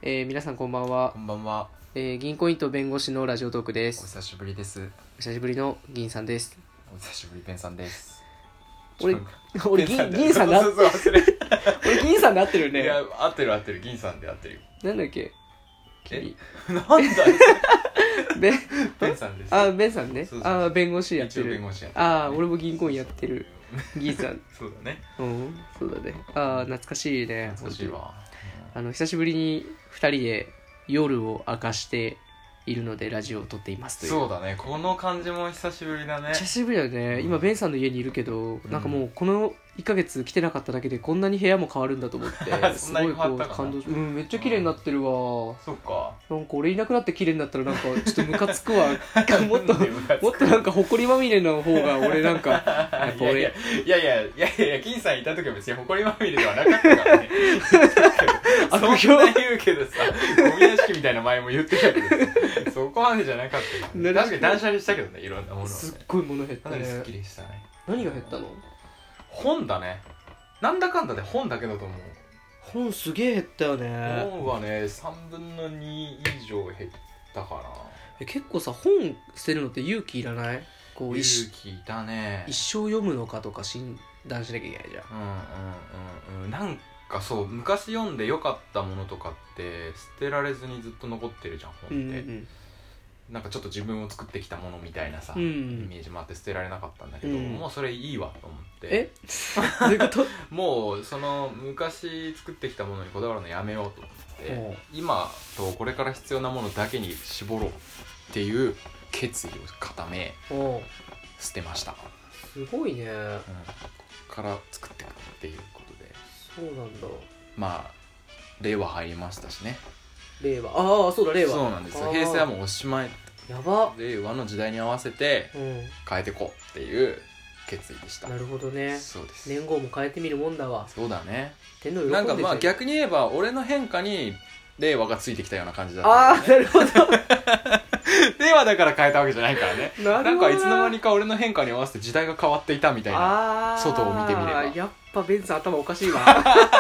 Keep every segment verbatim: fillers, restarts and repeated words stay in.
えー、皆さんこんばんは。 こんばんは。 えー、銀行員と弁護士のラジオトークでおす。 久しぶりです。 お久しぶりの銀さんです。 お久しぶりペンさんです。 俺俺銀銀さんだ。 そうそう忘れ。 俺銀さんで合ってるよね。 いや合ってる合ってる銀さんで合ってるよ。 なんだっけ。 えなんだよ。 べペンさんです。 あベンさんね。 そうそうそうあ弁護士やってる。 一応弁護士やってる、 あ俺も銀行員やってる銀さん。 そうだね。 うんそうだね。あ懐かしいね。 懐かしいわ。 あの久しぶりにふたりで夜を明かしているのでラジオを撮っていますという。 そうだね。この感じも久しぶりだね。 久しぶりだよね、うん、今ベンさんの家にいるけど、なんかもうこのいっかげつ来てなかっただけでこんなに部屋も変わるんだと思ってそんなに変わったかな。 すごいこう感動し、うん、めっちゃ綺麗になってるわ、うん、 そっか。 なんか俺いなくなって綺麗になったらなんかちょっとムカつくわもっともっとなんか埃まみれの方が俺なんかやっぱ俺いやいやいやいやいやいや金さんいた時は別に埃まみれではなかったからねそんな言うけどさゴミ屋敷みたいな前も言ってたけどさそこまでじゃなかったけど、ね、確かに断捨離したけどね、いろんなものを、ね、 すっごい物減ったね。 かなりスッキリしたね。 何が減ったの？ 本だね。なんだかんだで本だけだと思う。 本すげえ減ったよね。 本はねさんぶんのに以上減ったかな。 え結構さ本捨てるのって勇気いらない？こう勇気いたね。 一生読むのかとか診断しなきゃいけないじゃん。 うんうんうんうん。なんかそう昔読んで良かったものとかって捨てられずにずっと残ってるじゃん本って、うんうん、なんかちょっと自分を作ってきたものみたいなさ、うんうん、イメージもあって捨てられなかったんだけど、うん、もうそれいいわと思って。 えどういうこと？ もうその昔作ってきたものにこだわるのやめようと思って、今とこれから必要なものだけに絞ろうっていう決意を固め捨てました。 すごいね、うん、 ここから作っていくっていうことで。 そうなんだ。 まあ令和入りましたしね。 令和、ああそうだ令和。 そうなんですよ。平成はもうおしまい。 やば。 令和の時代に合わせて変えてこうっていう決意でした。 なるほどね。 そうです。 年号も変えてみるもんだわ。 そうだね。 天皇喜んでなんかまあ逆に言えば俺の変化に令和がついてきたような感じだった、 ね。ああなるほど。 令和だから変えたわけじゃないからね。な, なんかいつの間にか俺の変化に合わせて時代が変わっていたみたいな。外を見てみればやっぱベンさん頭おかしいわ。や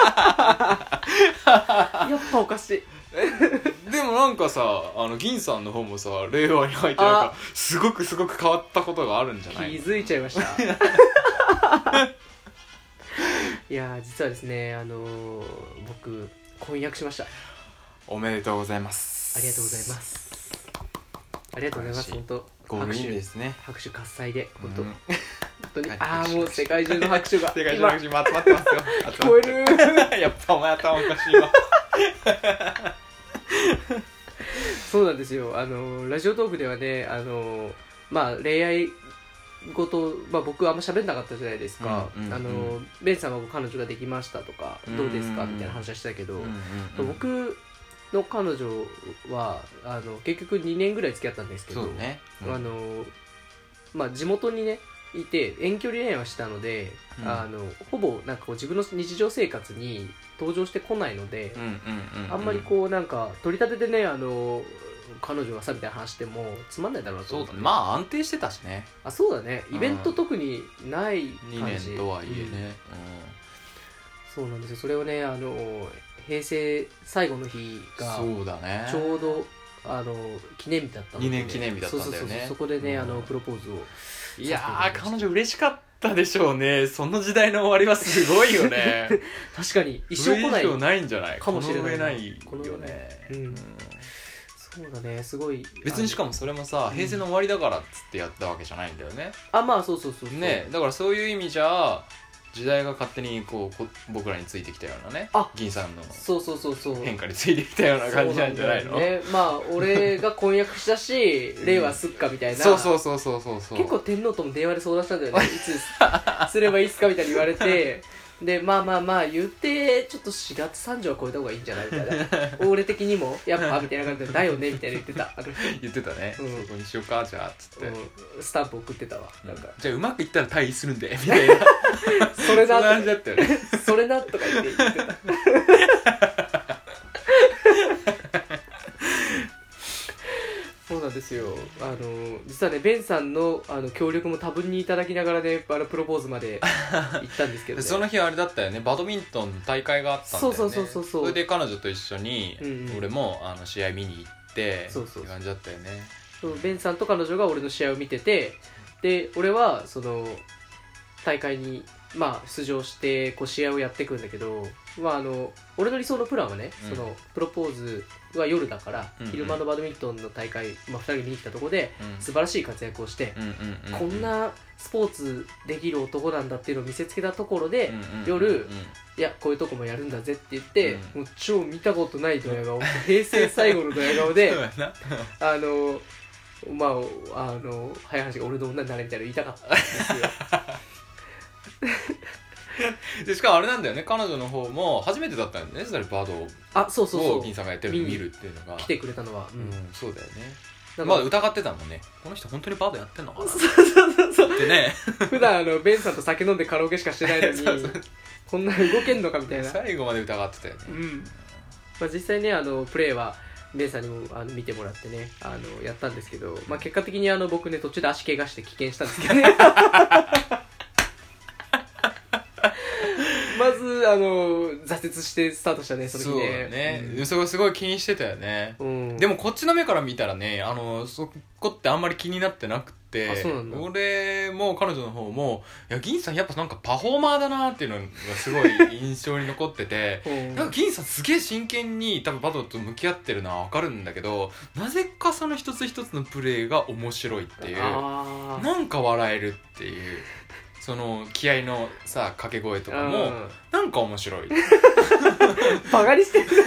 っぱおかしい。 でもなんかさあの銀さんの方もさ令和に入ってなんかすごくすごく変わったことがあるんじゃない？ 気づいちゃいました。いや実はですねあのー、僕婚約しました。 おめでとうございます。 ありがとうございます。ありがとうございます。本当ゴールインですね。 拍手喝采で本当、うん、本当に、 はい、 ああもう世界中の拍手が世界中の拍手も集まってますよ。 聞こえる。 やっぱお前頭おかしいわ。 そうなんですよ。あのラジオトークではねあのまあ恋愛ごと、まあ、僕はあんま喋んなかったじゃないですか、うんうんうん、あのベンさんは彼女ができましたとか、うんうん、どうですかみたいな話はしたけど、うんうんうん、僕の彼女はあの結局にねんぐらい付き合ったんですけど、 そうね、うん、 あのまあ、地元にねいて遠距離恋愛をしたので、うん、あのほぼなんかこう自分の日常生活に登場してこないので、うんうんうんうん、あんまりこうなんか取り立ててねあの彼女がさみたいな話してもつまんないだろうなと思って。 そうだね。まあ安定してたしね。 あそうだね。イベント特にない感じ、 にねんとはいえね、うん、 そうなんですよ。それをねあの平成最後の日がそうだねちょうどあの記念日だったので、 にねん記念日だったんだよね。 そうそうそう、そこでね、うん、あのプロポーズを。 いやー彼女嬉しかったでしょうね。その時代の終わりはすごいよね。 確かに一生来ないそれ以上ないんじゃないかもしれない。 この上ないよね、 うんうん、そうだね。すごい別にしかもそれもさ平成の終わりだからっつってやったわけじゃないんだよね。 あまあそうそうそうそうね。だからそういう意味じゃ時代が勝手にこう僕らについてきたようなね、あ銀さんのそうそうそうそう変化についてきたような感じなんじゃないの？ ね、まあ俺が婚約したし令和すっかみたいな、 そうそうそうそうそうそう。 結構天皇とも電話で相談したんだよね。いつすればいいっすかみたいに言われてでまあまあまあ言ってちょっとしがつさんじゅうは超えた方がいいんじゃないみたいな。俺的にもやっぱみたいな感じでだよねみたいな言ってた。あの言ってたね、うん、そこにしようかじゃあっつって、 うん、スタンプ送ってたわ、うん、なんかじゃあうまくいったら退位するんでみたいな。 それなそんな感じだったよね。 それなとか言って言ってた。そうなんですですよ。あの実はねベンさん の, あの協力も多分にいただきながらねあのプロポーズまで行ったんですけど、ね、 その日あれだったよね、バドミントンの大会があったんだよね。 そうそうそうそう。 それで彼女と一緒に、 うんうん、 俺もあの試合見に行ってそうそうそうって感じだったよね。 そうベンさんと彼女が俺の試合を見てて、で俺はその大会にまあ出場してこう試合をやっていくんだけど、まあ、あの俺の理想のプランはね、うん、そのプロポーズは夜だから、うんうん、昼間のバドミントンの大会、まあ、ふたり見に来たところで、うん、素晴らしい活躍をして、うんうんうんうん、こんなスポーツできる男なんだっていうのを見せつけたところで、うんうんうんうん、夜いやこういうとこもやるんだぜって言って、うん、もう超見たことないドヤ顔平成最後のドヤ顔であのまああの早い話が俺の女になれみたいなの言いたかったんですよでしかもあれなんだよね、彼女の方も初めてだったんだよね、それバドをあそうそうそう金さんがやってるのを見るっていうのが来てくれたのは、 うんうん、そうだよね。まだ疑ってたもんね、この人本当にバドやってんのかなそうそうそうそうってね普段あのベンさんと酒飲んでカラオケしかしてないのにそうそうこんな動けんのかみたいな最後まで疑ってたよね、 うんまあ、実際ねあのプレーはベンさんにもあの見てもらってねあのやったんですけど、まあ、結果的にあの僕ね途中で足怪我して棄権したんですけどねまずあの挫折してスタートしたねその日ね。そうだね、 うん、そこすごい気にしてたよね、うん、でもこっちの目から見たらねあのそこってあんまり気になってなくて、 あそうなんだ。 俺も彼女の方もいや銀さんやっぱなんかパフォーマーだなっていうのがすごい印象に残っててなんか銀さんすげえ真剣に多分バドと向き合ってるのは分かるんだけど、なぜかその一つ一つのプレーが面白いっていう、なんか笑えるっていうその気合のさ掛け声とかもなんか面白いバカにしてる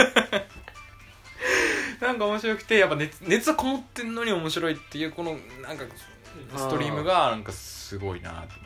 なんか面白くてやっぱ 熱, 熱はこもってんのに面白いっていうこのなんかストリームがなんかすごいなと思って、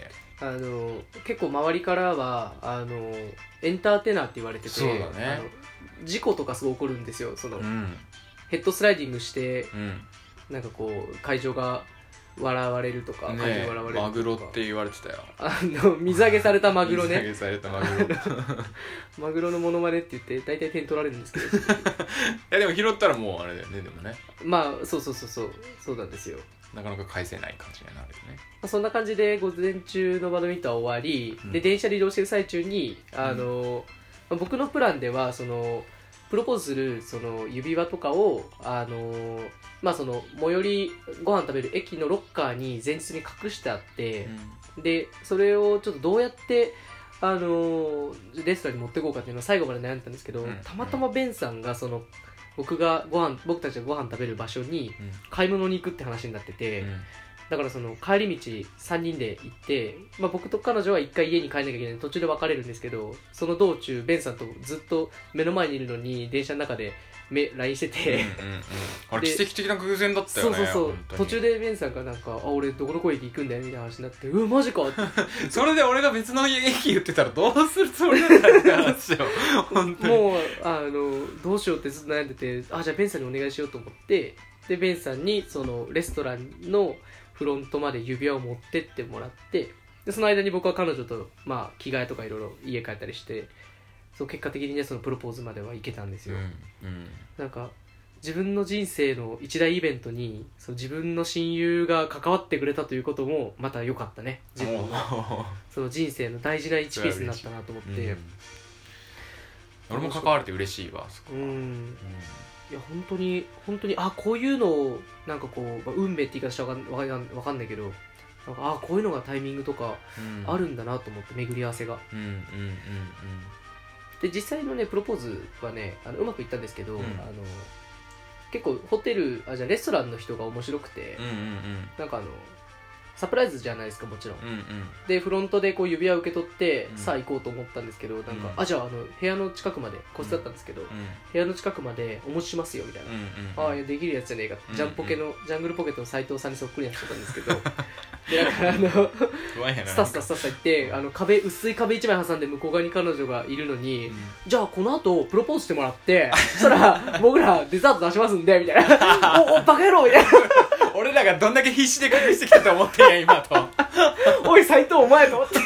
あの結構周りからはあのエンターテイナーって言われてて、 そうだね、 あの事故とかすごい起こるんですよその、 うん、 ヘッドスライディングして、 うん、 なんかこう会場が笑われるとか、 ね、 会場笑われるとかマグロって言われてたよ、 あの水揚げされたマグロね水揚げされたマグロマグロのモノマネって言って大体点取られるんですけどいやでも拾ったらもうあれだよね、でもねまあそうそうそうそうそうなんですよ、 なかなか返せない感じになるよね、 まあ、そんな感じで午前中のバドミントンは終わり、うん、で電車で移動してる最中にあの、うん、僕のプランではそのプロポーズするその指輪とかをあのまあその最寄りご飯食べる駅のロッカーに前日に隠してあって、うん、でそれをちょっとどうやってあのレストランに持っていこうかっていうのを最後まで悩んだんですけど、うん、たまたまベンさんがその僕がご飯僕たちがご飯食べる場所に買い物に行くって話になってて、うん、だからその帰り道さんにんで行って、まあ、僕と彼女は一回家に帰んなきゃいけない途中で別れるんですけど、その道中ベンさんとずっと目の前にいるのに電車の中でラインしてて、うんうんうん、 あれ奇跡的な偶然だったよね。 そうそうそう途中でベンさんがなんかあ俺どこどこ駅行くんだよみたいな話になって、うわマジかそれで俺が別の駅言ってたらどうするつもりなんだって話よ本当にもうあのどうしようってずっと悩んでて、あじゃあベンさんにお願いしようと思って、でベンさんにそのレストランのフロントまで指輪を持ってってもらって、でその間に僕は彼女と、まあ、着替えとかいろいろ家帰ったりして、そう結果的にねそのプロポーズまでは行けたんですよ、うんうん、なんか自分の人生の一大イベントにその自分の親友が関わってくれたということもまた良かったね。自分のその人生の大事ないちピースになったなと思って、うん、 俺も関われて嬉しいわそこは、うんうん、 いや本当に本当にあこういうのをなんかこう、まあ、運命って言い方したらわかんわかんないけど、なんかあこういうのがタイミングとかあるんだなと思って、うん、巡り合わせが、うんうんうんうん、で実際のねプロポーズはねあのうまくいったんですけど、うん、あの結構ホテルあじゃあレストランの人が面白くて、うんうんうん、なんかあのサプライズじゃないですかもちろん、うんうん、でフロントでこう指輪を受け取って、うん、さあ行こうと思ったんですけどなんか、うん、あじゃああの部屋の近くまで個室だったんですけど、うん、部屋の近くままでお持ちしますよみたいな、うんうんうん、ああできるやつじゃねえか、うんうん、ジャンポケのジャングルポケットの斉藤さんにそっくりな人だったんですけどでなんかあのスタスタスタスタ行ってあの壁薄い壁一枚挟んで向こう側に彼女がいるのに、うん、じゃあこの後プロポーズしてもらってそしたら僕らデザート出しますんでみたいなおおバカ野郎みたいな俺らがどんだけ必死で隠してきたと思ってんや今とおい斉藤お前と思って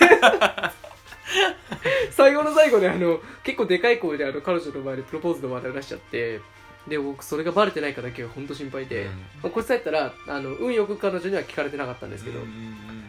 最後の最後であの結構でかい声であの彼女の前でプロポーズの話題を出しちゃって、 で僕それがバレてないかだけは本当心配で、 うんまあ、こいつだったらあの運よく彼女には聞かれてなかったんですけど、 うんうんうん、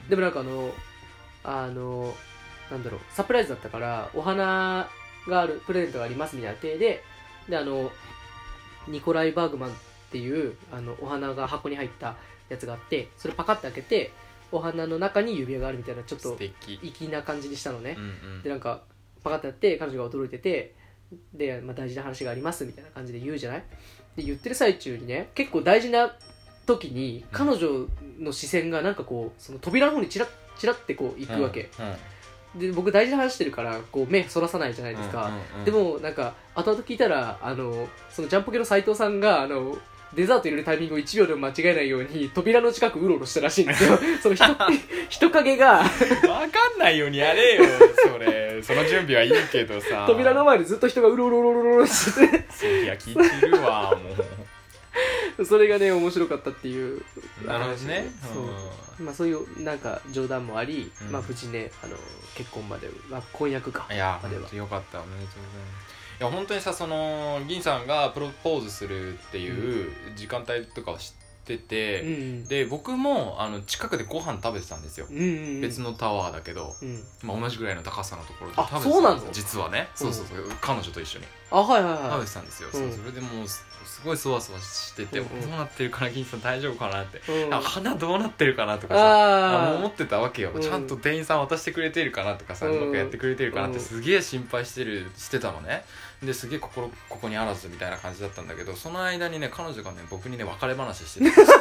でもなんかあのあのなんだろうサプライズだったからお花があるプレゼントがありますみたいな体でであのニコライ・バーグマンっていうあのお花が箱に入ったやつがあってそれパカッて開けてお花の中に指輪があるみたいなちょっと粋な感じにしたのね、 うんうん、 でなんかパカッてやって彼女が驚いててで、まあ、大事な話がありますみたいな感じで言うじゃないで言ってる最中にね結構大事な時に彼女の視線がなんかこうその扉の方にチラッチラッてこう行くわけ、うんうんで僕大事な話してるからこう目そらさないじゃないですか、うんうんうん、でもなんか後々聞いたらあのそのジャンポケの斉藤さんがあのデザート入れるタイミングをいちびょうでも間違えないように扉の近くうろうろしたらしいんですよその 人, 人影が分かんないようにやれよそれその準備はいいけどさ扉の前でずっと人がうろうろうろうろうろしていや聞いてるわもうそれがね面白かったっていうなるほどね、 そう、うんまあ、そういうなんか冗談もあり、うんまあ、無事ねあの結婚まで、まあ、婚約かいや本当よかったおめでとうございますいや本当にさその銀さんがプロポーズするっていう時間帯とかを知ってて、うん、で僕もあの近くでご飯食べてたんですよ、うんうんうん、別のタワーだけど、うんまあ、同じぐらいの高さのところで食べてたんですそうなの実はね、うん、そうそうそう彼女と一緒にあ、はいはいはい、 食べてたんですよ、うん、そうそれでもうすごいそわそわしてて、うんうん、どうなってるかな銀さん大丈夫かなって、うん、花どうなってるかなとかさ思ってたわけよ、うん、ちゃんと店員さん渡してくれてるかなとかさ、うん、うまくやってくれてるかなってすげえ心配してるしてたのねですげえ心ここにあらずみたいな感じだったんだけどその間にね彼女がね僕にね別れ話してた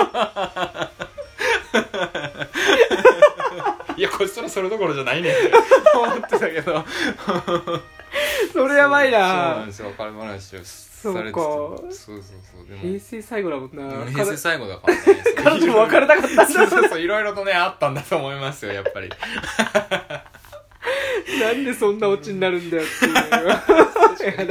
いやこいつらそれどころじゃないねんって思ってたけどそれやばいなそうなんですよ別れ話をされてたそうそうそうでも平成最後だもんな平成最後だからね彼女も別れたかったんだそうそうそういろいろとねあったんだと思いますよやっぱりなんでそんなオチになるんだよっていう